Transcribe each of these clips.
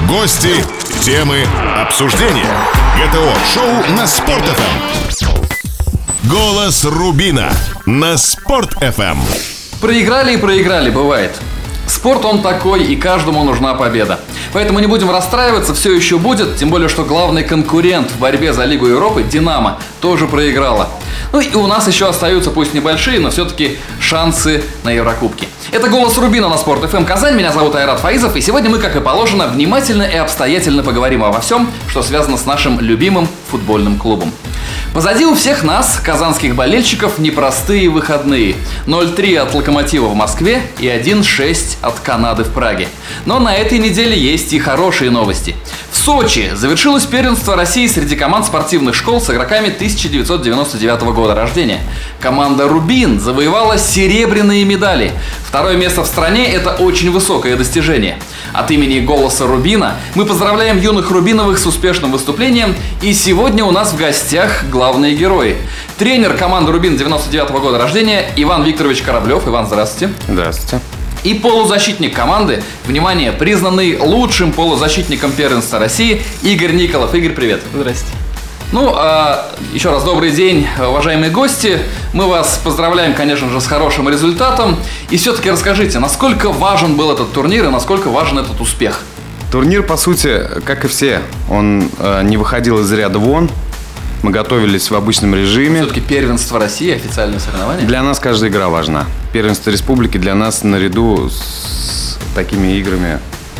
Гости, темы, обсуждения. ГТО-шоу на Спорт.ФМ. Голос Рубина на Спорт.ФМ. Проиграли и проиграли, бывает. Спорт он такой, и каждому нужна победа. Поэтому не будем расстраиваться, все еще будет, тем более, что главный конкурент в борьбе за Лигу Европы, Динамо, тоже проиграла. Ну и у нас еще остаются, пусть небольшие, но все-таки шансы на Еврокубки. Это «Голос Рубина» на Спорт.ФМ Казань, меня зовут Айрат Фаизов, и сегодня мы, как и положено, внимательно и обстоятельно поговорим обо всем, что связано с нашим любимым футбольным клубом. Позади у всех нас, казанских болельщиков, непростые выходные. 0-3 от «Локомотива» в Москве и 1-6 от «Канады» в Праге. Но на этой неделе есть и хорошие новости. В Сочи завершилось первенство России среди команд спортивных школ с игроками 1999 года рождения. Команда «Рубин» завоевала серебряные медали. Второе место в стране – это очень высокое достижение. От имени «Голоса Рубина» мы поздравляем юных Рубиновых с успешным выступлением. И сегодня у нас в гостях главные герои. Тренер команды «Рубин» 99 года рождения Иван Викторович Кораблев. Иван, здравствуйте. Здравствуйте. И полузащитник команды, внимание, признанный лучшим полузащитником первенства России Игорь Николов. Игорь, привет. Здрасте. Ну, еще раз добрый день, уважаемые гости. Мы вас поздравляем, конечно же, с хорошим результатом. И все-таки расскажите, насколько важен был этот турнир и насколько важен этот успех? Турнир, по сути, как и все, он не выходил из ряда вон. Мы готовились в обычном режиме. Все-таки первенство России, официальное соревнование? Для нас каждая игра важна. Первенство республики для нас наряду с такими играми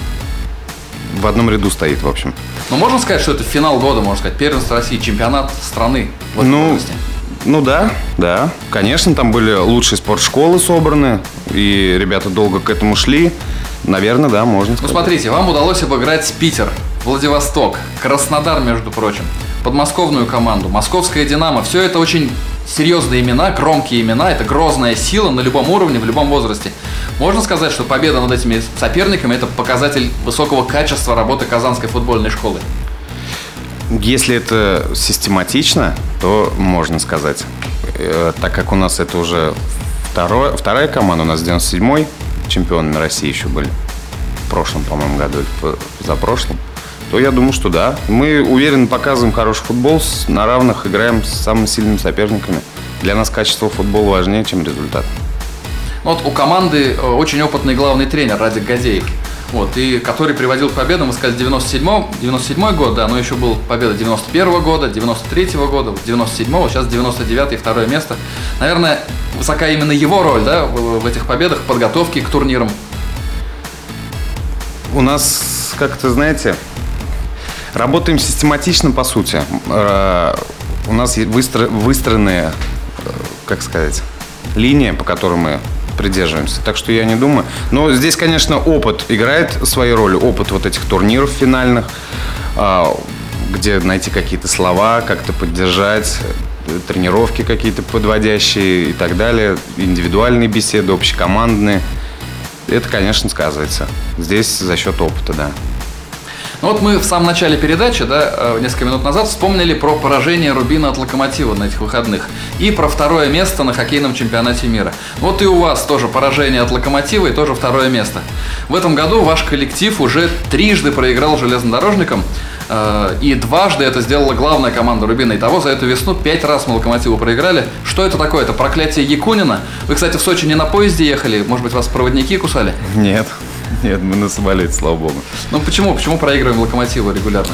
в одном ряду стоит, в общем. Но можно сказать, что это финал года, можно сказать, первенство России, чемпионат страны в этой области? Ну да. Конечно, там были лучшие спортшколы собраны, и ребята долго к этому шли. Наверное, да, можно сказать. Ну, смотрите, вам удалось обыграть Питер, Владивосток, Краснодар, между прочим, подмосковную команду, московское «Динамо». Все это очень серьезные имена, громкие имена. Это грозная сила на любом уровне, в любом возрасте. Можно сказать, что победа над этими соперниками – это показатель высокого качества работы Казанской футбольной школы? Если это систематично, то можно сказать. Так как у нас это уже вторая команда, у нас 97-й чемпионами России еще были в прошлом, по-моему, году, позапрошлом, то я думаю, что да. Мы уверенно показываем хороший футбол, на равных играем с самыми сильными соперниками. Для нас качество футбола важнее, чем результат. Вот у команды очень опытный главный тренер Радик Гадеев, и который приводил к победам, вы сказали, 97-й год, да, но еще был победа 91-го года, 93-го года, 97-го, сейчас 99-й, второе место. Наверное, высока именно его роль, да, в этих победах, подготовке к турнирам. У нас, как-то, знаете, работаем систематично, по сути. У нас выстроенные, как сказать, линии, по которым мы придерживаемся. Так что я не думаю. Но здесь, конечно, опыт играет свою роль. Опыт вот этих турниров финальных, где найти какие-то слова, как-то поддержать, тренировки какие-то подводящие и так далее, индивидуальные беседы, общекомандные. Это, конечно, сказывается. Здесь за счет опыта, да. Ну вот мы в самом начале передачи, да, несколько минут назад вспомнили про поражение «Рубина» от «Локомотива» на этих выходных и про второе место на хоккейном чемпионате мира. Вот и у вас тоже поражение от «Локомотива» и тоже второе место. В этом году ваш коллектив уже трижды проиграл железнодорожникам, и дважды это сделала главная команда «Рубина». Итого за эту весну 5 раз мы «Локомотиву» проиграли. Что это такое? Это проклятие Якунина? Вы, кстати, в Сочи не на поезде ехали? Может быть, вас проводники кусали? Нет, мы на самолете, слава богу. Ну почему? Почему проигрываем «Локомотиву» регулярно?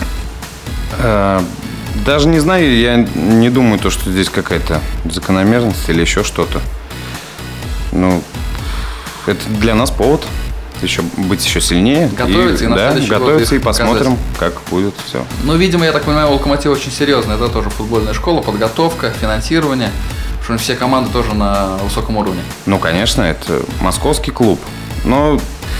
Даже не знаю, я не думаю, что здесь какая-то закономерность или еще что-то. Ну, это для нас повод быть еще сильнее. Готовиться и на следующий год готовиться и посмотрим, как будет все. Ну, видимо, я так понимаю, у «Локомотива» очень серьезно. Это тоже футбольная школа, подготовка, финансирование. Потому что все команды тоже на высоком уровне. Ну, конечно, это московский клуб. Но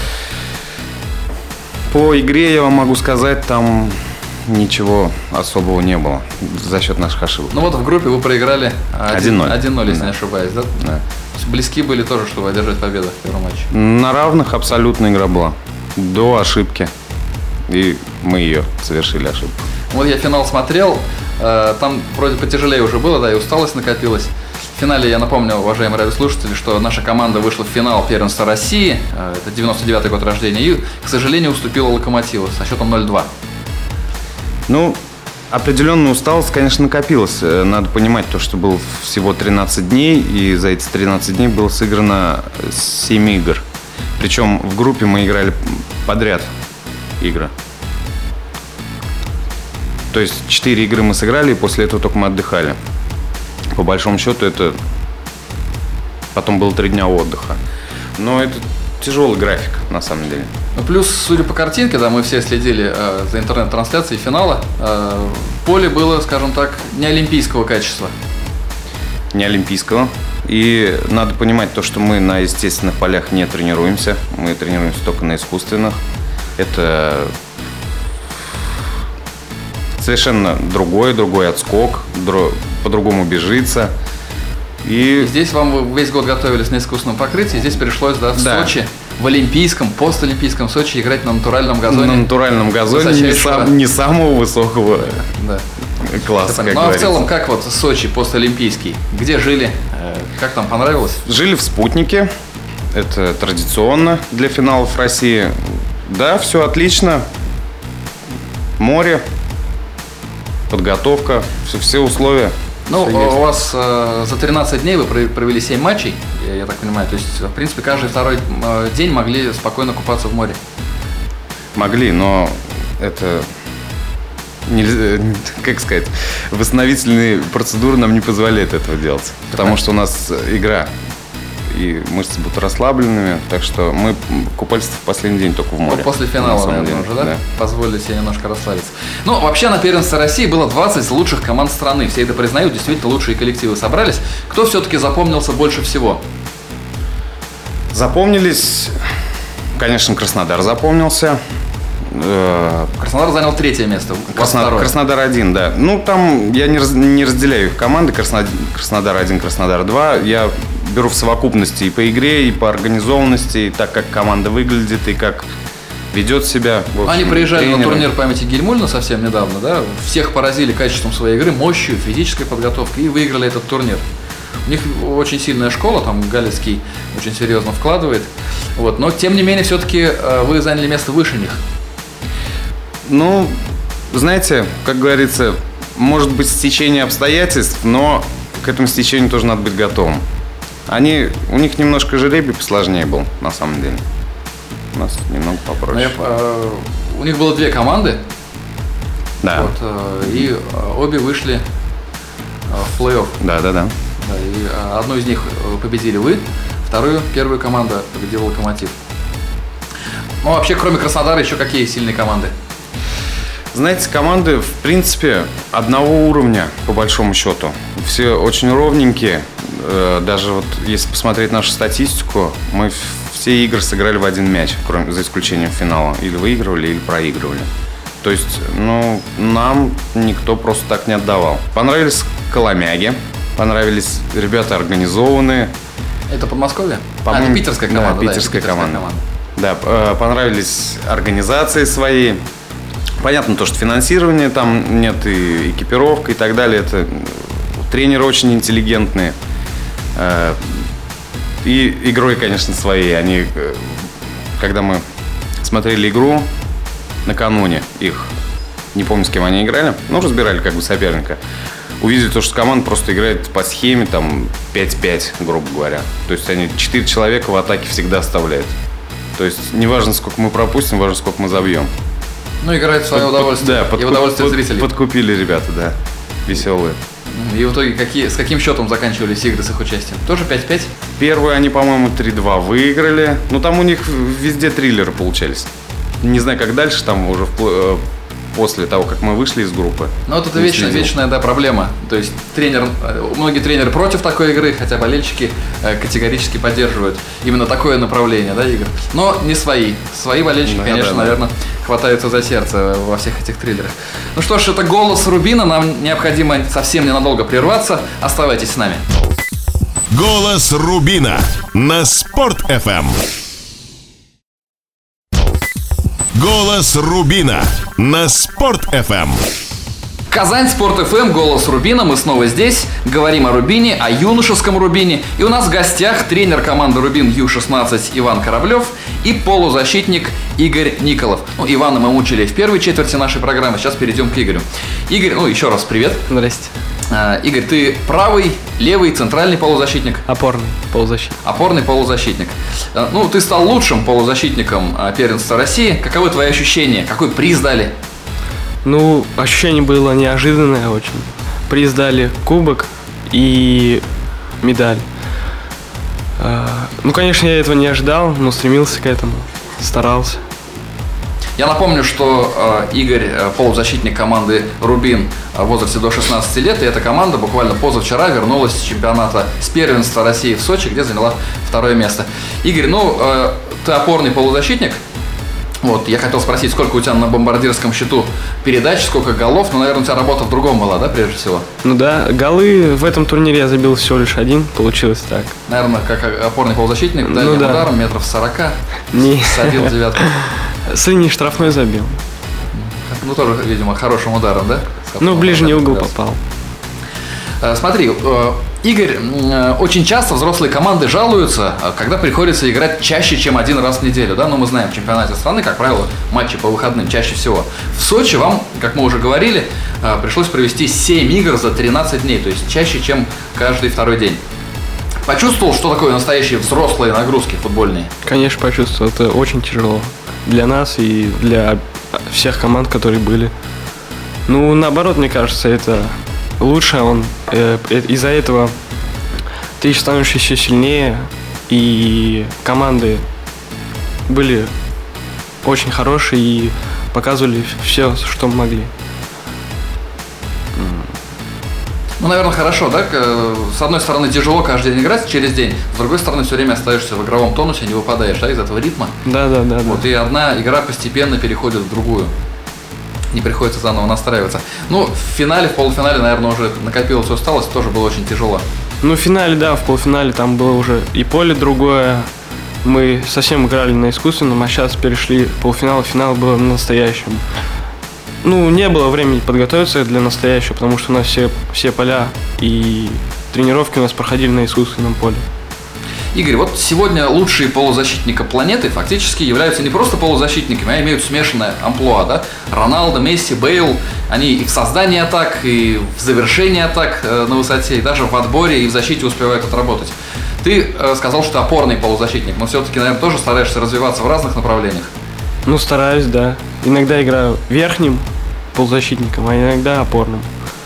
по игре я вам могу сказать, там ничего особого не было за счет наших ошибок. Ну вот в группе вы проиграли 1-0, если да. не ошибаюсь, да? Да. Близки были тоже, чтобы одержать победу в первом матче? На равных абсолютно игра была. До ошибки. И мы ее совершили, ошибку. Вот я финал смотрел, там вроде потяжелее уже было, да, и усталость накопилась. В финале, я напомню, уважаемые радиослушатели, что наша команда вышла в финал первенства России, это 99-й год рождения, и, к сожалению, уступила Локомотиву со счетом 0-2. Ну, определенная усталость, конечно, накопилась. Надо понимать то, что было всего 13 дней, и за эти 13 дней было сыграно 7 игр. Причем в группе мы играли подряд игры. То есть 4 игры мы сыграли, и после этого только мы отдыхали. По большому счету, это потом было 3 дня отдыха. Но это тяжелый график, на самом деле. Ну, плюс, судя по картинке, да, мы все следили за интернет-трансляцией финала. Поле было, скажем так, не олимпийского качества. Не олимпийского. И надо понимать то, что мы на естественных полях не тренируемся. Мы тренируемся только на искусственных. Это совершенно другой отскок, по-другому бежится. И здесь вам весь год готовились на искусственном покрытии, здесь пришлось, в Сочи, в олимпийском, постолимпийском Сочи играть на натуральном газоне. На натуральном газоне не самого высокого класса, как говорится. Ну а в целом, как вот Сочи постолимпийский? Где жили? Как там понравилось? Жили в «Спутнике». Это традиционно для финалов России. Да, все отлично. Море, подготовка, все условия. Ну, у вас за 13 дней вы провели 7 матчей, я так понимаю. То есть, в принципе, каждый второй день могли спокойно купаться в море. Могли, но это, нельзя, как сказать, восстановительные процедуры нам не позволяют этого делать. Потому что у нас игра, и мышцы будут расслабленными. Так что мы купались в последний день только в море. После финала, наверное, уже, да? Позволили себе немножко расслабиться. Ну, вообще на первенстве России было 20 лучших команд страны. Все это признают, действительно лучшие коллективы собрались. Кто все-таки запомнился больше всего? Запомнились, конечно, Краснодар запомнился. Краснодар занял 3-е место. Краснодар 1, да. Ну, там я не разделяю их команды. Краснодар 1, Краснодар 2. Я беру в совокупности и по игре, и по организованности, и так, как команда выглядит, и как ведет себя. Общем, они приезжали на турнир памяти Гельмульна совсем недавно, да? Всех поразили качеством своей игры, мощью, физической подготовкой и выиграли этот турнир. У них очень сильная школа, там Галицкий очень серьезно вкладывает. Вот. Но, тем не менее, все-таки вы заняли место выше них. Ну, знаете, как говорится, может быть стечение обстоятельств, но к этому стечению тоже надо быть готовым. У них немножко жребий посложнее был, на самом деле. У нас немного попроще. У них было 2 команды. Да. Вот, и обе вышли в плей-офф. Да. И одну из них победили вы, первую команду победил Локомотив. Ну, вообще, кроме Краснодара, еще какие сильные команды? Знаете, команды, в принципе, одного уровня, по большому счету. Все очень ровненькие. Даже вот если посмотреть нашу статистику, мы все игры сыграли в один мяч, за исключением финала. Или выигрывали, или проигрывали. То есть, нам никто просто так не отдавал. Понравились коломяги, понравились ребята организованные. Это Подмосковье? Это питерская команда. Да, питерская команда. Да, понравились организации свои. Понятно, то, что финансирование там нет, и экипировка и так далее. Это тренеры очень интеллигентные. И игрой, конечно, своей. Они, когда мы смотрели игру накануне их, не помню, с кем они играли, разбирали как бы соперника, увидели то, что команда просто играет по схеме там 5-5, грубо говоря. То есть они 4 человека в атаке всегда оставляют. То есть не важно, сколько мы пропустим, важно, сколько мы забьем. Играет в свое удовольствие. Да, и в удовольствие зрителей. Подкупили ребята, да. Веселые. И в итоге с каким счетом заканчивались игры с их участием? Тоже 5-5? Первые они, по-моему, 3-2 выиграли. Там у них везде триллеры получались. Не знаю, как дальше, там уже после того, как мы вышли из группы. Вот это вечная проблема. То есть многие тренеры против такой игры, хотя болельщики категорически поддерживают именно такое направление, игр. Но не свои. Свои болельщики, наверное, хватаются за сердце во всех этих триллерах. Ну что ж, это «Голос Рубина». Нам необходимо совсем ненадолго прерваться. Оставайтесь с нами. «Голос Рубина» на Спорт.ФМ. «Голос Рубина» на Спорт.ФМ. Казань, Спорт ФМ, Голос Рубина. Мы снова здесь. Говорим о Рубине, о юношеском Рубине. И у нас в гостях тренер команды Рубин Ю-16 Иван Кораблев и полузащитник Игорь Николов. Ивана мы мучили в первой четверти нашей программы. Сейчас перейдем к Игорю. Игорь, еще раз привет. Здрасте. Игорь, ты правый, левый, центральный полузащитник? Опорный полузащитник. Опорный полузащитник. Ты стал лучшим полузащитником первенства России. Каковы твои ощущения? Какой приз дали? Ощущение было неожиданное очень. Приз дали кубок и медаль. Конечно, я этого не ожидал, но стремился к этому, старался. Я напомню, что Игорь полузащитник команды «Рубин» в возрасте до 16 лет, и эта команда буквально позавчера вернулась с чемпионата, с первенства России в Сочи, где заняла второе место. Игорь, ты опорный полузащитник. Я хотел спросить, сколько у тебя на бомбардирском счету передач, сколько голов, наверное, у тебя работа в другом была, да, прежде всего? Голы в этом турнире я забил всего лишь один, получилось так. Наверное, как опорный полузащитник, дальним ударом, метров 40, садил девятку. С линии штрафной забил. Тоже, видимо, хорошим ударом, да? Ближний угол попал. Смотри, Игорь, очень часто взрослые команды жалуются, когда приходится играть чаще, чем один раз в неделю. Да? Мы знаем, в чемпионате страны, как правило, матчи по выходным чаще всего. В Сочи вам, как мы уже говорили, пришлось провести 7 игр за 13 дней, то есть чаще, чем каждый второй день. Почувствовал, что такое настоящие взрослые нагрузки футбольные? Конечно, почувствовал. Это очень тяжело для нас и для всех команд, которые были. Наоборот, мне кажется, это лучше. Из-за этого ты становишься еще сильнее, и команды были очень хорошие и показывали все, что могли. Наверное, хорошо, да? С одной стороны, тяжело каждый день играть через день, с другой стороны, все время остаешься в игровом тонусе, не выпадаешь, да, из этого ритма. Да. И одна игра постепенно переходит в другую. Не приходится заново настраиваться. В финале, в полуфинале, наверное, уже накопилась усталость, тоже было очень тяжело. В финале, в полуфинале там было уже и поле другое. Мы совсем играли на искусственном, а сейчас перешли в полуфинал, финал был настоящим. Не было времени подготовиться для настоящего, потому что у нас все поля и тренировки у нас проходили на искусственном поле. Игорь, сегодня лучшие полузащитники планеты фактически являются не просто полузащитниками, а имеют смешанное амплуа, да? Роналдо, Месси, Бейл, они и в создании атак, и в завершении атак на высоте, и даже в отборе, и в защите успевают отработать. Ты сказал, что ты опорный полузащитник, но все-таки, наверное, тоже стараешься развиваться в разных направлениях? Стараюсь, да. Иногда играю верхним полузащитником, а иногда опорным.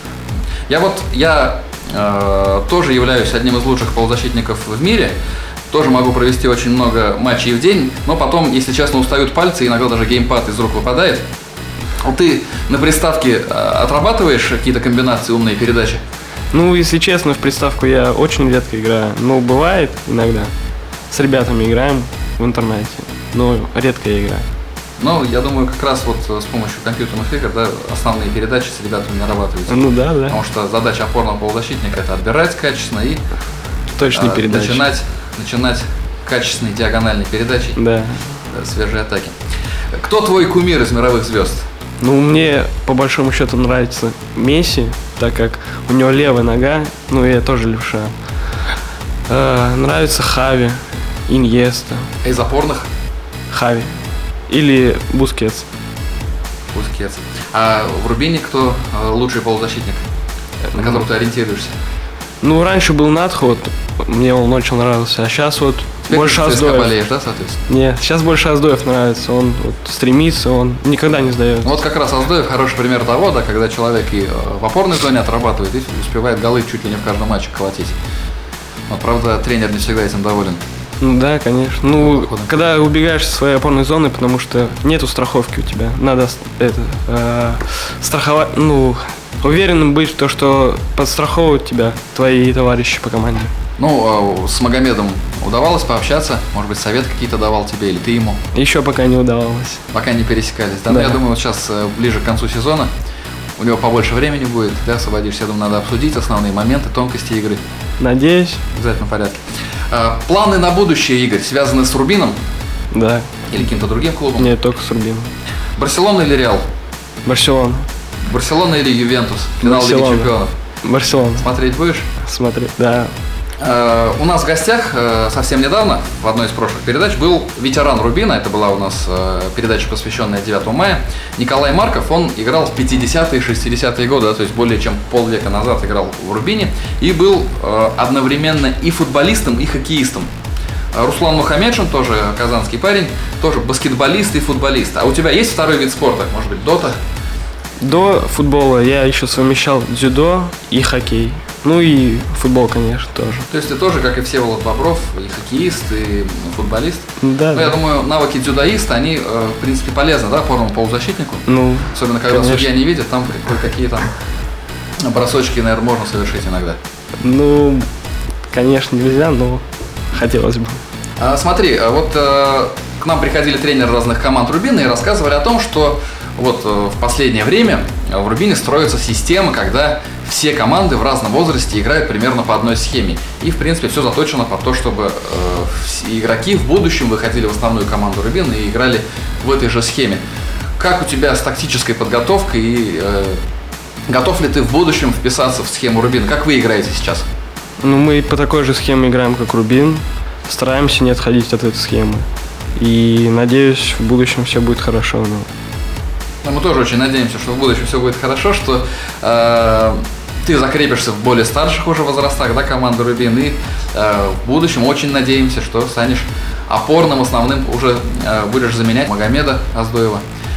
Я тоже являюсь одним из лучших полузащитников в мире. Тоже могу провести очень много матчей в день, но потом, если честно, устают пальцы, иногда даже геймпад из рук выпадает. Ты на приставке отрабатываешь какие-то комбинации, умные передачи? Если честно, в приставку я очень редко играю. Бывает иногда. С ребятами играем в интернете, но редко я играю. Я думаю, как раз с помощью компьютерных игр, да, основные передачи с ребятами нарабатываются. Да. Потому что задача опорного полузащитника – это отбирать качественно и точные передачи. Начинать качественной диагональной передачей, свежие атаки. Кто твой кумир из мировых звезд? Мне по большому счету нравится Месси, так как у него левая нога, я тоже левша. Нравится Хави, Иньеста. Из опорных? Хави. Или Бускетс. А в Рубине кто лучший полузащитник, на которого ты ориентируешься? Раньше был Надхо, мне он очень нравился, а сейчас больше Аздоев. Болеешь, да, соответственно? Нет, сейчас больше Аздоев нравится, он стремится, он никогда не сдает. Как раз Аздоев хороший пример того, да, когда человек и в опорной зоне отрабатывает, и успевает голы чуть ли не в каждом матче колотить. Правда, тренер не всегда этим доволен. Да, конечно. Когда убегаешь со своей опорной зоны, потому что нету страховки у тебя. Надо страховать, уверенным быть в том, что подстраховывают тебя твои товарищи по команде. С Магомедом удавалось пообщаться? Может быть, совет какие-то давал тебе или ты ему? Еще пока не удавалось. Пока не пересекались, да? Да. Я думаю, сейчас ближе к концу сезона у него побольше времени будет, да, освободишься. Я думаю, надо обсудить основные моменты, тонкости игры. Надеюсь. В обязательном порядке. Планы на будущее, Игорь, связаны с Рубином? Да. Или каким-то другим клубом? Нет, только с Рубином. Барселона или Реал? Барселона. Барселона или Ювентус? Финал Лиги Барселона. Чемпионов. Барселона. Смотреть будешь? Смотри, да. У нас в гостях совсем недавно, в одной из прошлых передач, был ветеран Рубина. Это была у нас передача, посвященная 9 мая. Николай Марков, он играл в 50-е и 60-е годы, да, то есть более чем полвека назад играл в Рубине. И был одновременно и футболистом, и хоккеистом. Руслан Мухамедшин, тоже казанский парень, тоже баскетболист и футболист. А у тебя есть второй вид спорта? Может быть, дота? До футбола я еще совмещал дзюдо и хоккей. Ну и футбол, конечно, тоже. То есть ты тоже, как и Всеволод Бобров, и хоккеист, и футболист? Да, Ну, я думаю, навыки дзюдоиста, они, в принципе, полезны, да, опорному полузащитнику? Ну, Особенно, когда конечно. судья не видит, там какие там бросочки, наверное, можно совершить иногда. Ну, конечно, нельзя, но хотелось бы. Смотри, вот к нам приходили тренеры разных команд Рубина и рассказывали о том, что вот в последнее время в Рубине строится система, когда все команды в разном возрасте играют примерно по одной схеме. И, в принципе, все заточено под то, чтобы игроки в будущем выходили в основную команду Рубина и играли в этой же схеме. Как у тебя с тактической подготовкой и готов ли ты в будущем вписаться в схему Рубина? Как вы играете сейчас? Ну, мы по такой же схеме играем, как Рубин. Стараемся не отходить от этой схемы. И надеюсь, в будущем все будет хорошо. Но мы тоже очень надеемся, что в будущем все будет хорошо, что ты закрепишься в более старших уже возрастах, да, команды Рубин, и в будущем очень надеемся, что станешь опорным, основным, уже будешь заменять Магомеда Аздоева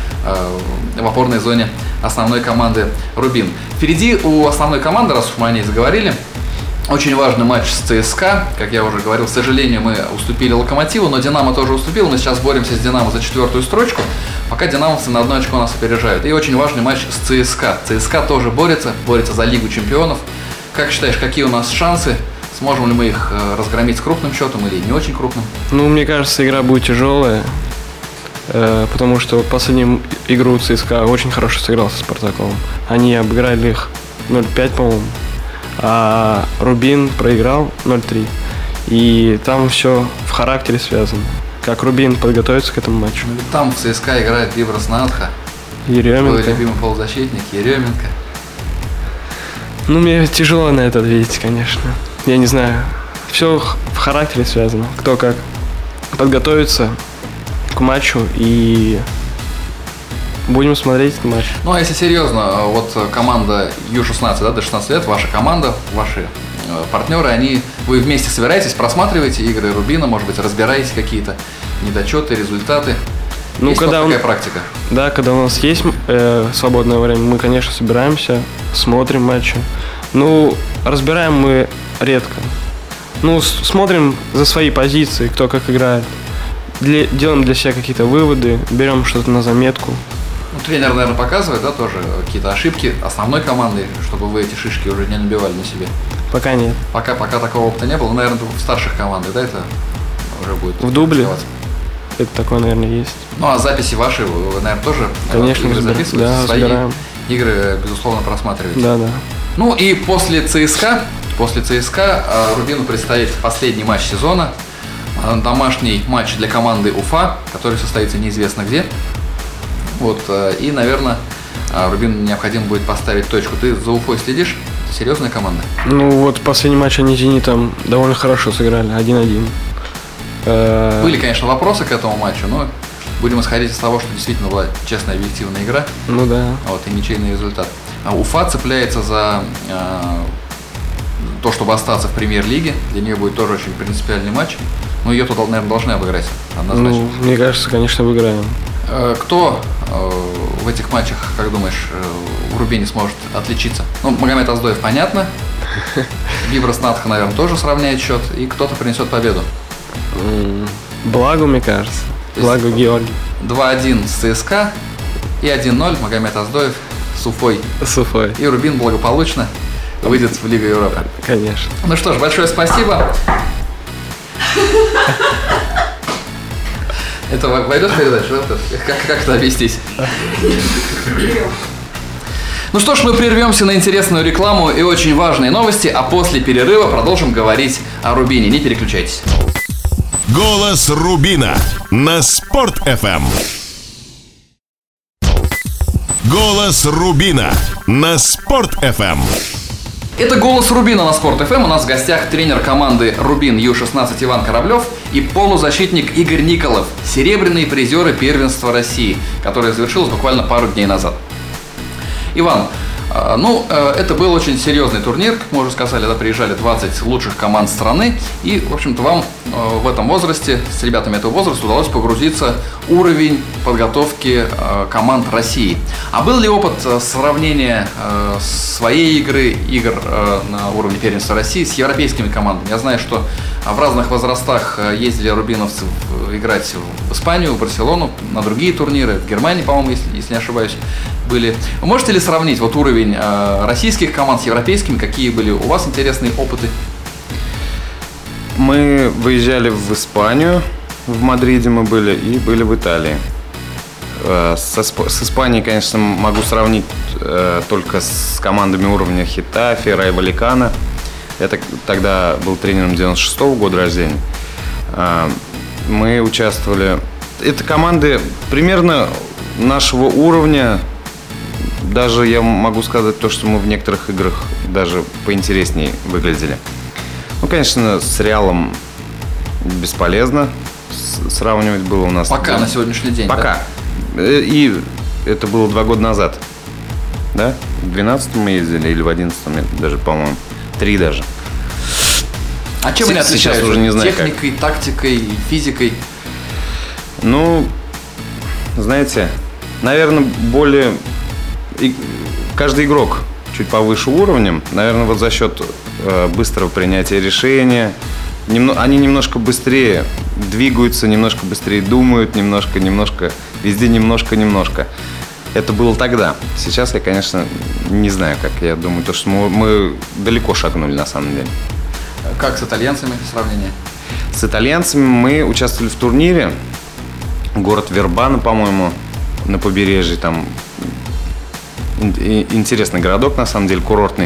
в опорной зоне основной команды Рубин. Впереди у основной команды, раз уж мы о ней заговорили, очень важный матч с ЦСКА. Как я уже говорил, к сожалению, мы уступили Локомотиву, но Динамо тоже уступил. Мы сейчас боремся с Динамо за 4-ю строчку, пока динамовцы на 1 очко нас опережают. И очень важный матч с ЦСКА. ЦСКА тоже борется за Лигу Чемпионов. Как считаешь, какие у нас шансы? Сможем ли мы их разгромить с крупным счетом или не очень крупным? Ну, мне кажется, игра будет тяжелая, потому что последнюю игру ЦСКА очень хорошо сыграл со Спартаком. Они обыграли их 0-5, по-моему. А Рубин проиграл 0-3. И там все в характере связано. Как Рубин подготовится к этому матчу. Там в ЦСКА играет Виброс Надха, твой Еременко. любимый полузащитник Еременко. Ну, мне тяжело на это ответить, конечно. Я не знаю. Все в характере связано. Кто как подготовится к матчу, и будем смотреть этот матч. Ну, а если серьезно, вот команда Ю-16, да, до 16 лет, ваша команда, ваши партнеры, вы вместе собираетесь, просматриваете игры Рубина, может быть, разбираете какие-то недочеты, результаты? Ну, есть когда такая практика? Да, когда у нас есть свободное время, мы, конечно, собираемся, смотрим матчи. Ну, разбираем мы редко. Ну, смотрим за свои позиции, кто как играет. Делаем для себя какие-то выводы, берем что-то на заметку. Ну, тренер, наверное, показывает, да, тоже какие-то ошибки основной команды, чтобы вы эти шишки уже не набивали на себе? Пока нет. Пока такого опыта не было. Ну, наверное, в старших командах, да, это уже будет? В дубле? развиваться. Это такое, наверное, есть. Ну, а записи ваши, вы, наверное, тоже Конечно, игры разбираем. записываете? Да, Свои разбираем. игры, безусловно, просматриваете? Да. Ну и после ЦСКА Рубину предстоит последний матч сезона. Домашний матч для команды Уфа, который состоится неизвестно где. Вот, и, наверное, Рубину необходимо будет поставить точку. Ты за Уфой следишь? Это серьезная команда? Ну, вот последний матч они с «Зенитом» довольно хорошо сыграли, 1-1. Были, конечно, вопросы к этому матчу, но будем исходить из того, что действительно была честная, объективная игра. Ну да. Вот, и ничейный результат. Уфа цепляется за то, чтобы остаться в премьер-лиге. Для нее будет тоже очень принципиальный матч. Но ее тут, наверное, должны обыграть однозначно. Ну, мне кажется, конечно, выиграем. Кто в этих матчах, как думаешь, в Рубине сможет отличиться? Ну, Магомед Аздоев, понятно. Виброс Надха, наверное, тоже сравняет счет. И кто-то принесет победу. Благо, мне кажется. Благо Георгий. 2-1 с ЦСКА и 1-0 Магомед Аздоев с Уфой. С Уфой. И Рубин благополучно выйдет в Лигу Европы. Конечно. Ну что ж, большое спасибо. Это войдет в передачу? Как это объяснить? Ну что ж, мы прервемся на интересную рекламу и очень важные новости, а после перерыва продолжим говорить о Рубине. Не переключайтесь. Голос Рубина на Спорт FM. Голос Рубина на Спорт.ФМ. Это «Голос Рубина» на Спорт.ФМ. У нас в гостях тренер команды «Рубин» Ю-16 Иван Кораблев и полузащитник Игорь Николов, серебряные призеры первенства России, которое завершилось буквально пару дней назад. Иван, это был очень серьезный турнир, как мы уже сказали, приезжали 20 лучших команд страны, и, в общем-то, вам в этом возрасте, с ребятами этого возраста удалось погрузиться в уровень подготовки команд России. А был ли опыт сравнения своей игр на уровне первенства России с европейскими командами? Я знаю, что в разных возрастах ездили рубиновцы играть в Испанию, в Барселону, на другие турниры, в Германии, по-моему, если не ошибаюсь, были. Вы можете ли сравнить уровень российских команд с европейскими? Какие были у вас интересные опыты? Мы выезжали в Испанию, в Мадриде мы были, и были в Италии. С Испанией, конечно, могу сравнить только с командами уровня Хетафи, Райо Валлекано. Я тогда был тренером 96-го года рождения. Мы участвовали... Это команды примерно нашего уровня. Даже я могу сказать то, что мы в некоторых играх даже поинтереснее выглядели. Конечно, с Реалом бесполезно сравнивать было у нас. Пока на сегодняшний день. Пока. Да? И это было 2 года назад. Да? В 12-м мы ездили или в 11-м, даже, по-моему, 3 даже. А чем они отличаются? Сейчас уже не знаю, техникой, тактикой, физикой? Знаете, наверное, более... Каждый игрок чуть повыше уровнем, наверное, за счет быстрого принятия решения. Они немножко быстрее двигаются, немножко быстрее думают, немножко, везде немножко. Это было тогда. Сейчас я, конечно, не знаю, как. Я думаю, что мы далеко шагнули на самом деле. Как с итальянцами сравнение? С итальянцами мы участвовали в турнире. Город Вербана, по-моему, на побережье. Там интересный городок, на самом деле, курортный.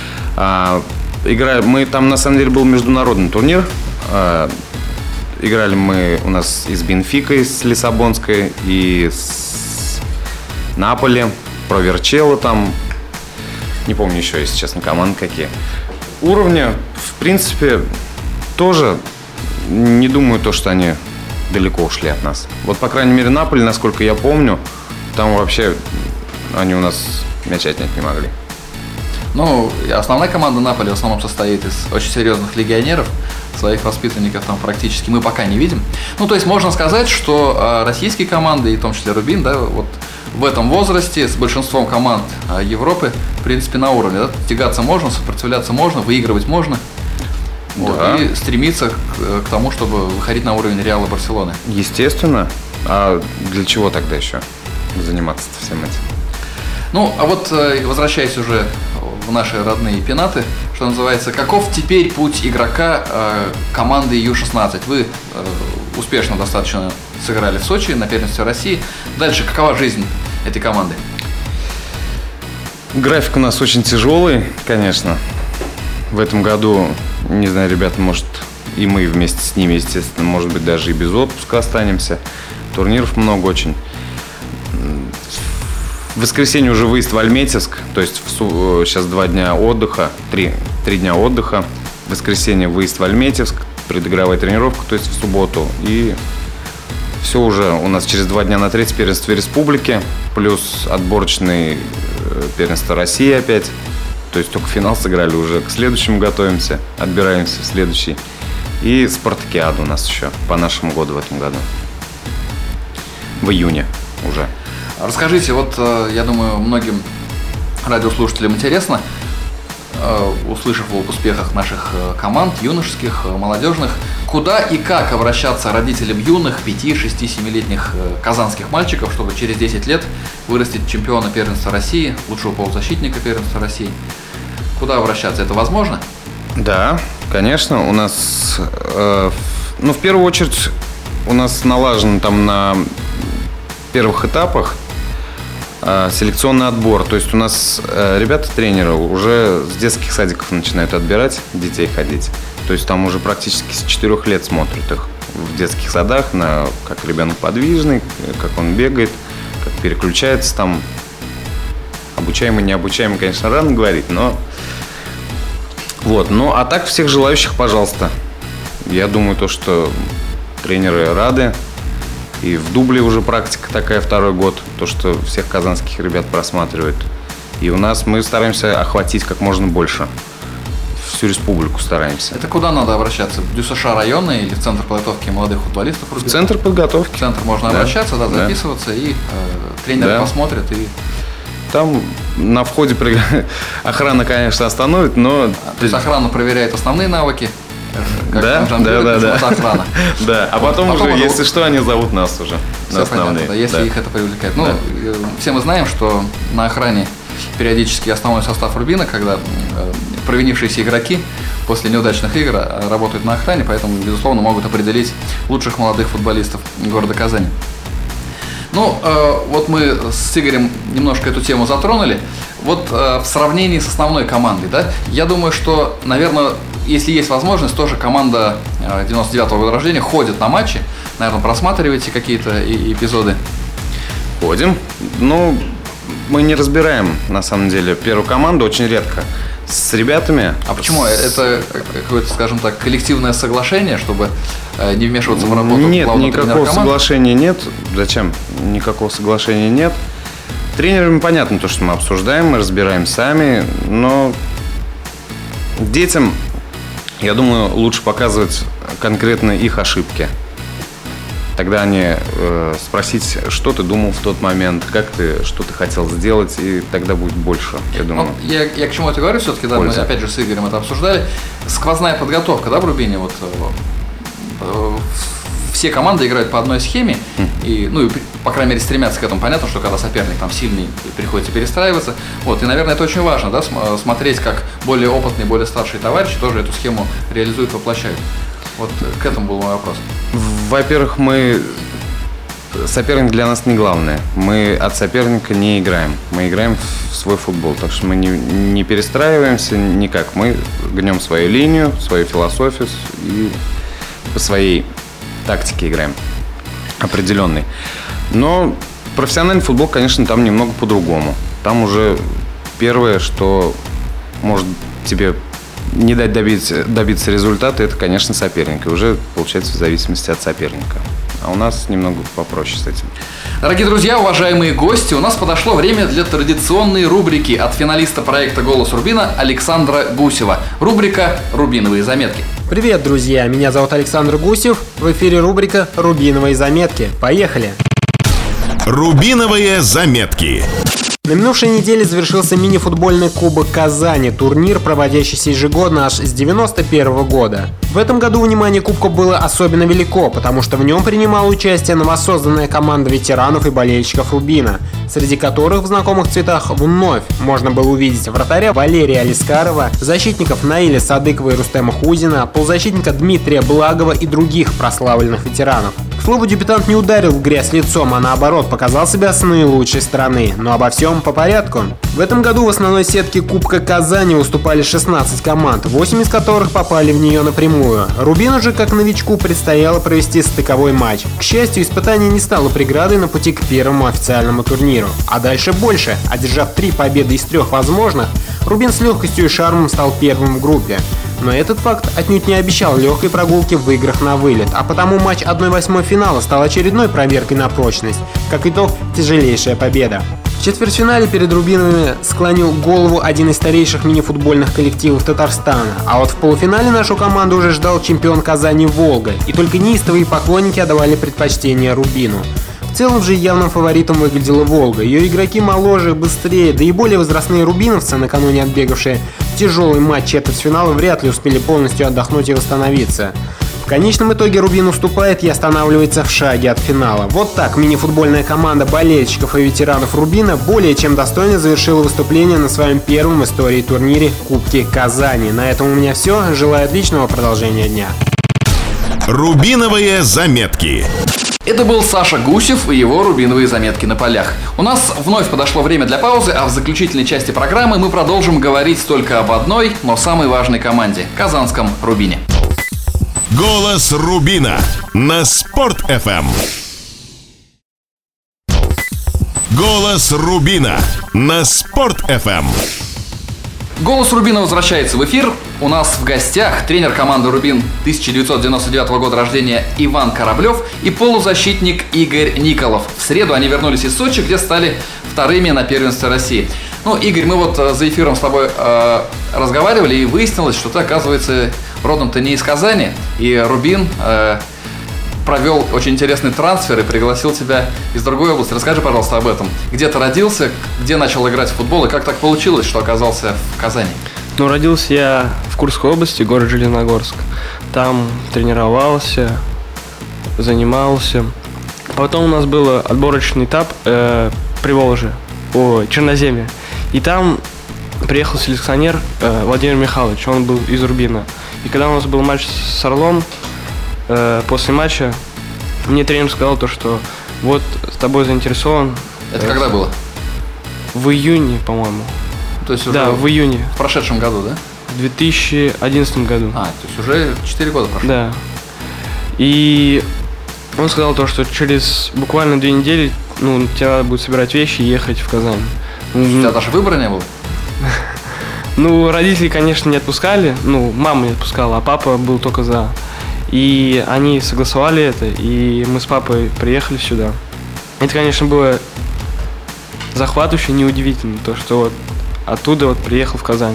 Мы там, на самом деле, был международный турнир. Играли мы у нас и с Бенфикой, с Лиссабонской, и с Наполи, Проверчелло там. Не помню еще, если честно, команды какие. Уровня, в принципе, тоже не думаю, что они далеко ушли от нас. Вот, по крайней мере, Наполи, насколько я помню, там вообще они у нас мяч отнять не могли. Основная команда Наполи в основном состоит из очень серьезных легионеров. Своих воспитанников там практически мы пока не видим. То есть можно сказать, что российские команды, и в том числе Рубин, в этом возрасте с большинством команд Европы, в принципе, на уровне. Тягаться можно, сопротивляться можно, выигрывать можно. Да. И стремиться к тому, чтобы выходить на уровень Реала, Барселоны. Естественно. А для чего тогда еще заниматься всем этим? Возвращаясь уже в наши родные пенаты, что называется, каков теперь путь игрока команды Ю-16? Вы успешно достаточно сыграли в Сочи на первенстве России. Дальше какова жизнь этой команды? График у нас очень тяжелый, конечно. В этом году, не знаю, ребята, может, и мы вместе с ними, естественно, может быть, даже и без отпуска останемся. Турниров много очень. В воскресенье уже выезд в Альметьевск, то есть сейчас 2 дня отдыха, 3 дня отдыха. В воскресенье выезд в Альметьевск, предыгровая тренировка, то есть в субботу. И все уже у нас через 2 дня на 3 первенство республики, плюс отборочный первенство России опять. То есть только финал сыграли, уже к следующему готовимся, отбираемся в следующий. И спартакиада у нас еще по нашему году в этом году. В июне уже. Расскажите, я думаю, многим радиослушателям интересно, услышав об успехах наших команд, юношеских, молодежных, куда и как обращаться родителям юных 5, 6, 7-летних казанских мальчиков, чтобы через 10 лет вырастить чемпиона первенства России, лучшего полузащитника первенства России. Куда обращаться? Это возможно? Да, конечно. У нас, в первую очередь, у нас налажен там на первых этапах селекционный отбор. То есть у нас ребята-тренеры уже с детских садиков начинают отбирать детей ходить. То есть там уже практически с 4 лет смотрят их в детских садах, как ребенок подвижный, как он бегает, как переключается там. Обучаемый, не обучаемый, конечно, рано говорить, но... Вот, ну, а так всех желающих, пожалуйста. Я думаю, то, что тренеры рады. И в дубле уже практика такая, 2-й год. То, что всех казанских ребят просматривают. И у нас мы стараемся охватить как можно больше. Всю республику стараемся. Это куда надо обращаться? В ДЮСШ районный или в Центр подготовки молодых футболистов? В Центр подготовки. В Центр можно обращаться, записываться, и тренер посмотрит. И... Там на входе охрана, конечно, остановит, но... То есть охрана проверяет основные навыки? Да. Да, а потом уже, если что, они зовут нас уже на основные. Понятно, если их это привлекает. Ну, все мы знаем, что на охране периодически основной состав Рубина, когда провинившиеся игроки после неудачных игр работают на охране, поэтому, безусловно, могут определить лучших молодых футболистов города Казани. Ну, вот мы с Игорем немножко эту тему затронули. Вот в сравнении с основной командой, да, я думаю, что, наверное, если есть возможность, тоже команда 99-го года рождения ходит на матчи. Наверное, просматриваете какие-то эпизоды? Ходим. Ну, мы не разбираем, на самом деле, первую команду очень редко. С ребятами... А почему? Это какое-то, скажем так, коллективное соглашение, чтобы не вмешиваться в работу? Нет, никакого соглашения нет. Зачем? Никакого соглашения нет. Тренерами понятно то, что мы обсуждаем, мы разбираем сами, но детям, я думаю, лучше показывать конкретно их ошибки. Тогда они спросить, что ты думал в тот момент, что ты хотел сделать, и тогда будет больше, я думаю. Я к чему это говорю все-таки, да, мы опять же с Игорем это обсуждали. Сквозная подготовка, да, в Рубине, вот все команды играют по одной схеме, и, ну, и, по крайней мере, стремятся к этому. Понятно, что когда соперник там сильный, приходится перестраиваться. Вот, и, наверное, это очень важно, да, смотреть, как более опытные, более старшие товарищи тоже эту схему реализуют, воплощают. Вот к этому был мой вопрос. Во-первых, соперник для нас не главное. Мы от соперника не играем. Мы играем в свой футбол. Так что мы не перестраиваемся никак. Мы гнем свою линию, свою философию и по своей тактике играем. Определенной. Но профессиональный футбол, конечно, там немного по-другому. Там уже первое, что может тебе не дать добиться результата, это, конечно, соперник. И уже получается в зависимости от соперника. А у нас немного попроще с этим. Дорогие друзья, уважаемые гости, у нас подошло время для традиционной рубрики от финалиста проекта «Голос Рубина» Александра Гусева. Рубрика «Рубиновые заметки». Привет, друзья! Меня зовут Александр Гусев. В эфире рубрика «Рубиновые заметки». Поехали! Рубиновые заметки. На минувшей неделе завершился мини-футбольный кубок Казани, турнир, проводящийся ежегодно аж с 1991 года. В этом году внимание кубка было особенно велико, потому что в нем принимала участие новосозданная команда ветеранов и болельщиков Рубина, среди которых в знакомых цветах вновь можно было увидеть вратаря Валерия Алискарова, защитников Наиля Садыкова и Рустема Хузина, полузащитника Дмитрия Благова и других прославленных ветеранов. К слову, дебютант не ударил в грязь лицом, а наоборот показал себя с наилучшей стороны. Но обо всем по порядку. В этом году в основной сетке Кубка Казани выступали 16 команд, 8 из которых попали в нее напрямую. Рубину же, как новичку, предстояло провести стыковой матч. К счастью, испытание не стало преградой на пути к первому официальному турниру. А дальше больше. Одержав 3 победы из 3 возможных, Рубин с легкостью и шармом стал первым в группе. Но этот факт отнюдь не обещал легкой прогулки в играх на вылет, а потому матч 1/8 финала стал очередной проверкой на прочность. Как итог, тяжелейшая победа. В четвертьфинале перед Рубиновыми склонил голову один из старейших мини-футбольных коллективов Татарстана, а вот в полуфинале нашу команду уже ждал чемпион Казани «Волга», и только неистовые поклонники отдавали предпочтение Рубину. В целом же явным фаворитом выглядела «Волга». Ее игроки моложе, быстрее, да и более возрастные рубиновцы, накануне отбегавшие тяжелый матч четвертьфинала, вряд ли успели полностью отдохнуть и восстановиться. В конечном итоге Рубин уступает и останавливается в шаге от финала. Вот так мини-футбольная команда болельщиков и ветеранов Рубина более чем достойно завершила выступление на своем первом в истории турнире Кубки Казани. На этом у меня все. Желаю отличного продолжения дня. Рубиновые заметки. Это был Саша Гусев и его рубиновые заметки на полях. У нас вновь подошло время для паузы, а в заключительной части программы мы продолжим говорить только об одной, но самой важной команде – казанском «Рубине». Голос Рубина на Спорт FM. Голос Рубина на Спорт.ФМ. Голос Рубина возвращается в эфир. У нас в гостях тренер команды «Рубин» 1999 года рождения Иван Кораблев и полузащитник Игорь Николов. В среду они вернулись из Сочи, где стали вторыми на первенстве России. Ну, Игорь, мы вот за эфиром с тобой разговаривали, и выяснилось, что ты, оказывается, родом-то не из Казани. И «Рубин» провел очень интересный трансфер и пригласил тебя из другой области. Расскажи, пожалуйста, об этом. Где ты родился, где начал играть в футбол, и как так получилось, что оказался в Казани? Ну, родился я в Курской области, город Железногорск. Там тренировался, занимался. Потом у нас был отборочный этап Приволжье, Черноземье. И там приехал селекционер Владимир Михайлович, он был из Рубина. И когда у нас был матч с Орлом, после матча мне тренер сказал то, что вот с тобой заинтересован. Это когда было? В июне, по-моему. То есть уже да, в июне. В прошедшем году, да? В 2011 году. То есть уже 4 года прошло. Да. И он сказал то, что через буквально 2 недели тебе надо будет собирать вещи и ехать в Казань. У тебя даже выбора не было? Родители, конечно, не отпускали. Мама не отпускала, а папа был только за. И они согласовали это, и мы с папой приехали сюда. Это, конечно, было захватывающе, неудивительно, то, что вот оттуда вот приехал в Казань.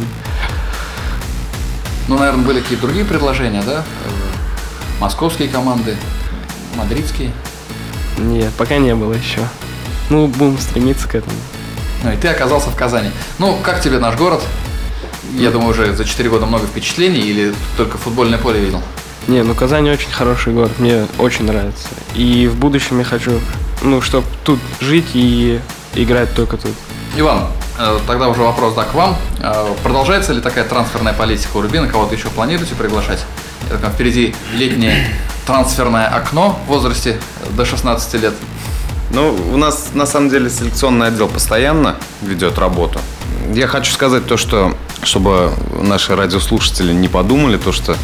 Наверное, были какие-то другие предложения, да? Московские команды, мадридские? Нет, пока не было еще. Будем стремиться к этому. И ты оказался в Казани. Как тебе наш город? Я думаю, уже за 4 года много впечатлений, или только футбольное поле видел? Не, Казань очень хороший город, мне очень нравится. И в будущем я хочу, чтобы тут жить и играть только тут. Иван, тогда уже вопрос, к вам. Продолжается ли такая трансферная политика у Рубина? Кого-то еще планируете приглашать? Впереди летнее трансферное окно в возрасте до 16 лет. У нас на самом деле селекционный отдел постоянно ведет работу. Я хочу сказать то, что, чтобы наши радиослушатели не подумали, то, что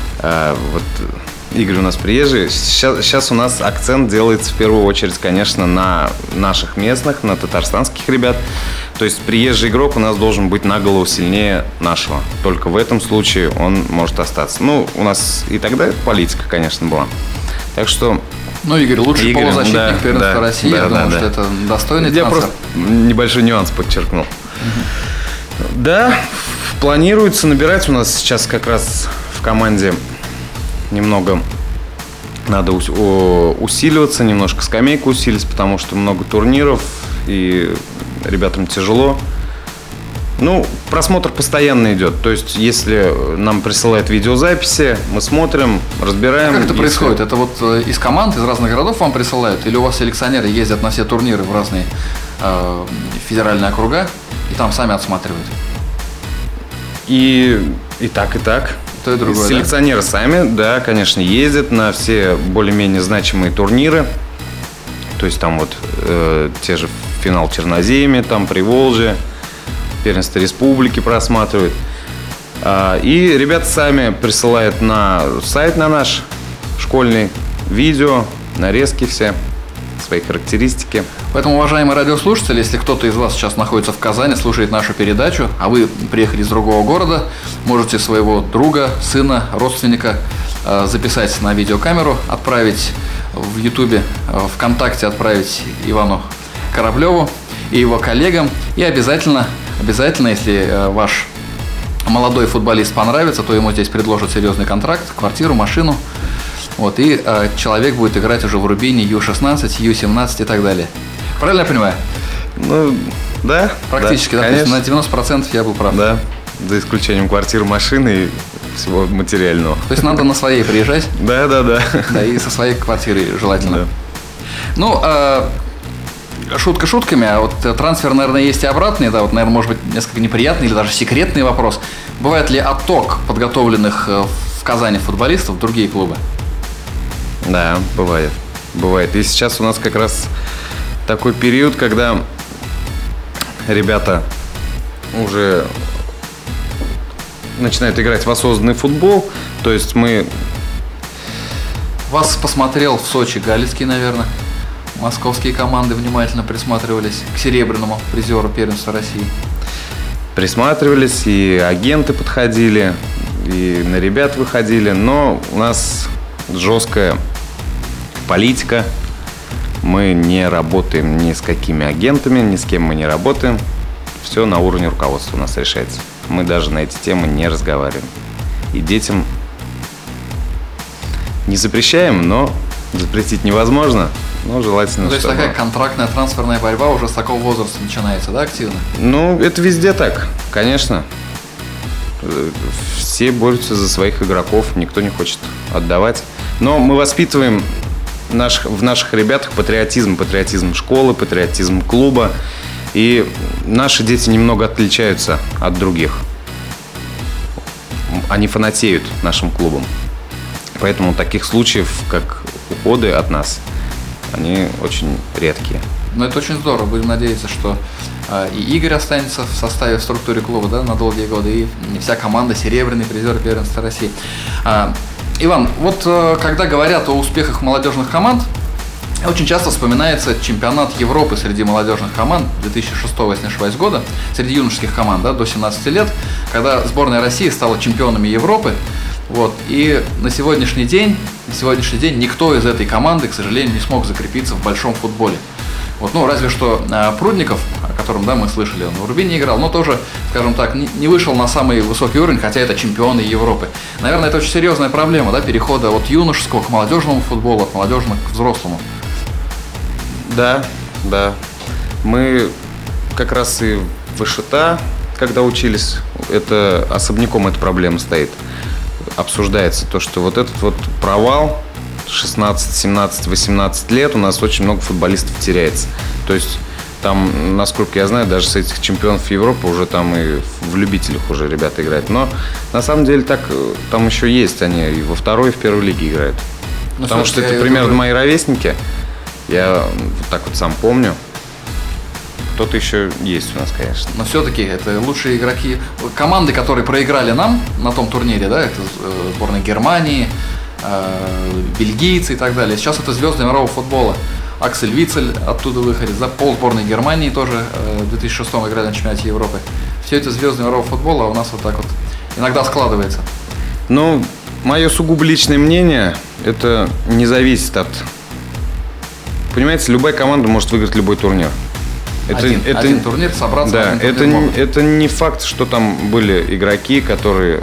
Игорь у нас приезжий. Сейчас у нас акцент делается в первую очередь, конечно, на наших местных, на татарстанских ребят. То есть приезжий игрок у нас должен быть на голову сильнее нашего. Только в этом случае он может остаться. У нас и тогда политика, конечно, была. Так что... Игорь, лучший полузащитник первенства России. Я думаю, что это достойный трансфер. Я просто небольшой нюанс подчеркнул. Да, планируется набирать у нас сейчас как раз в команде немного надо усиливаться, немножко скамейку усилить, потому что много турниров и ребятам тяжело. Просмотр постоянно идет. То есть, если нам присылают видеозаписи, мы смотрим, разбираем. А как это происходит? Это вот из команд, из разных городов вам присылают? Или у вас селекционеры ездят на все турниры в разные федеральные округа и там сами отсматривают? И так, и так. То и другое, селекционеры сами, да, конечно, ездят на все более-менее значимые турниры. То есть там вот те же финал Черноземья, там Приволжье, первенство республики просматривают. И ребята сами присылают на сайт на наш школьный видео, нарезки все, свои характеристики. Поэтому, уважаемые радиослушатели, если кто-то из вас сейчас находится в Казани, слушает нашу передачу, а вы приехали из другого города, можете своего друга, сына, родственника записать на видеокамеру, отправить в Ютубе, ВКонтакте отправить Ивану Кораблеву и его коллегам. И обязательно, если ваш молодой футболист понравится, то ему здесь предложат серьезный контракт, квартиру, машину. И человек будет играть уже в Рубине Ю-16, Ю-17 и так далее. Правильно я понимаю? Да. Практически, да, то есть на 90% я был прав. Да, за исключением квартиры, машины и всего материального. То есть надо на своей приезжать? Да. Да, и со своей квартирой желательно. Да. Шутка шутками, а вот трансфер, наверное, есть и обратный, да, наверное, может быть, несколько неприятный или даже секретный вопрос. Бывает ли отток подготовленных в Казани футболистов в другие клубы? Да, бывает. И сейчас у нас как раз такой период, когда ребята уже начинают играть в осознанный футбол. То есть мы... Вас посмотрел в Сочи Галицкий, наверное. московские команды внимательно присматривались к серебряному призеру первенства России? Присматривались, и агенты подходили, и на ребят выходили, но у нас жесткая политика. Мы не работаем ни с какими агентами, ни с кем мы не работаем. Все на уровне руководства у нас решается. Мы даже на эти темы не разговариваем. И детям не запрещаем, но запретить невозможно. Но желательно, то есть чтобы... такая контрактная трансферная борьба уже с такого возраста начинается, да, активно? Ну, это везде так, конечно. Все борются за своих игроков, никто не хочет отдавать. Но мы воспитываем в наших ребятах патриотизм школы, патриотизм клуба. И наши дети немного отличаются от других. Они фанатеют нашим клубом. Поэтому таких случаев, как уходы от нас, они очень редкие. Ну, это очень здорово. Будем надеяться, что и Игорь останется в составе, в структуре клуба, да, на долгие годы, и вся команда серебряный призер первенства России. Иван, вот когда говорят о успехах молодежных команд, очень часто вспоминается чемпионат Европы среди молодежных команд 2006, если не ошибаюсь, года, среди юношеских команд, да, до 17 лет, когда сборная России стала чемпионами Европы. Вот. И на сегодняшний день никто из этой команды, к сожалению, не смог закрепиться в большом футболе. Вот, ну, разве что Прудников, о котором, да, мы слышали, он в Рубине играл, но тоже, скажем так, не вышел на самый высокий уровень, хотя это чемпионы Европы. Наверное, это очень серьезная проблема, да, перехода от юношеского к молодежному футболу, от молодежного к взрослому. Да. Мы как раз и в ИШТА, когда учились, это особняком эта проблема стоит. Обсуждается то, что вот этот вот провал 16, 17, 18 лет у нас очень много футболистов теряется. То есть там, насколько я знаю, даже с этих чемпионов Европы уже там и в любителях уже ребята играют. Но на самом деле так там еще есть, они и во второй, и в первой лиге играют. Ну, потому что это примерно мои ровесники. Я вот так вот сам помню. Кто-то еще есть у нас, конечно. Но все-таки это лучшие игроки. Команды, которые проиграли нам на том турнире, да, это сборная Германии, бельгийцы и так далее. Сейчас это звезды мирового футбола. Аксель Вицель оттуда выходит, за пол сборной Германии тоже в 2006 играли на чемпионате Европы. Все это звезды мирового футбола, а у нас вот так вот иногда складывается. Ну, мое сугубо личное мнение, это не зависит от... Понимаете, любая команда может выиграть любой турнир. Один турнир, собраться. Да, это не факт, что там были игроки, которые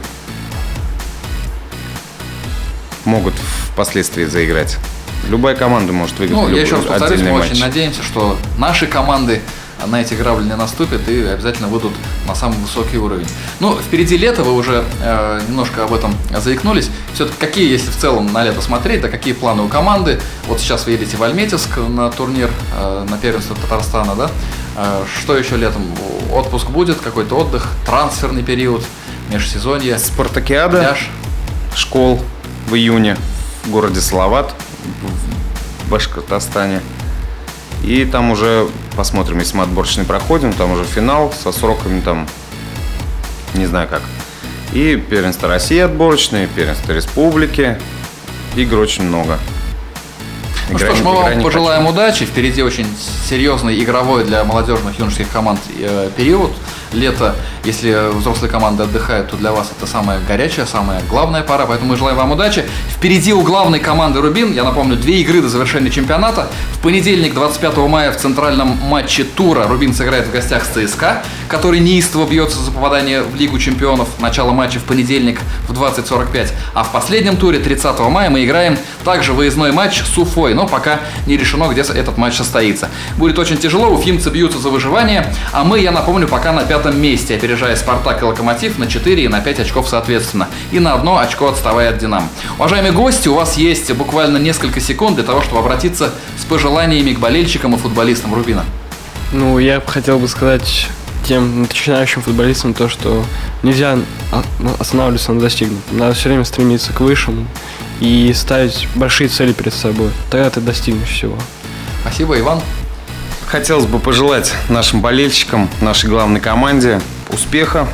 могут впоследствии заиграть. Любая команда может выиграть любой я еще раз повторюсь, отдельный мы матч. очень надеемся, что наши команды на эти грабли не наступят и обязательно выйдут на самый высокий уровень. Ну, впереди лето, вы уже немножко об этом заикнулись. Все-таки какие, если в целом на лето смотреть, да какие планы у команды? Вот сейчас вы едете в Альметьевск на турнир, на первенство Татарстана, да? Что еще летом? Отпуск будет, какой-то отдых, трансферный период, межсезонье? Спартакиада пляж. Школ в июне в городе Салават в Башкортостане. И там уже посмотрим, если мы отборочный проходим, там уже финал со сроками там, не знаю как. И первенство России отборочные, первенство республики. Игр очень много. Ну что ж, мы вам пожелаем удачи. Впереди очень серьезный игровой для молодежных юношеских команд период. Лето, если взрослые команды отдыхают, то для вас это самая горячая, самая главная пора. Поэтому мы желаем вам удачи. Впереди у главной команды «Рубин», я напомню, 2 игры до завершения чемпионата. В понедельник, 25 мая, в центральном матче тура «Рубин» сыграет в гостях с ЦСКА, который неистово бьется за попадание в Лигу чемпионов. Начало матча в понедельник в 20:45. А в последнем туре, 30 мая, мы играем также выездной матч с Уфой. Но пока не решено, где этот матч состоится. Будет очень тяжело, уфимцы бьются за выживание. А мы, я напомню, пока на 5-м месте, опережая «Спартак» и «Локомотив» на 4 и на 5 очков соответственно. И на 1 очко отставая от «Динамо». Уважаемые гости, у вас есть буквально несколько секунд для того, чтобы обратиться с пожеланиями к болельщикам и футболистам «Рубина». Ну, я хотел бы сказать тем начинающим футболистам то, что нельзя останавливаться на достигнутом. Надо все время стремиться к высшему и ставить большие цели перед собой. Тогда ты достигнешь всего. Спасибо, Иван. Хотелось бы пожелать нашим болельщикам, нашей главной команде успеха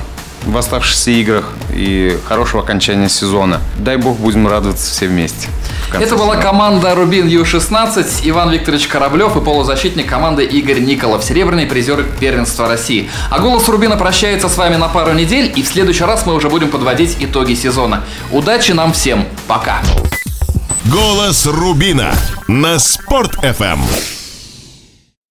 в оставшихся играх и хорошего окончания сезона. Дай бог, будем радоваться все вместе. Это была команда Рубин Ю-16, Иван Викторович Кораблев и полузащитник команды Игорь Николов, серебряный призер первенства России. А «Голос Рубина» прощается с вами на пару недель, и в следующий раз мы уже будем подводить итоги сезона. Удачи нам всем. Пока. «Голос Рубина» на Спорт FM.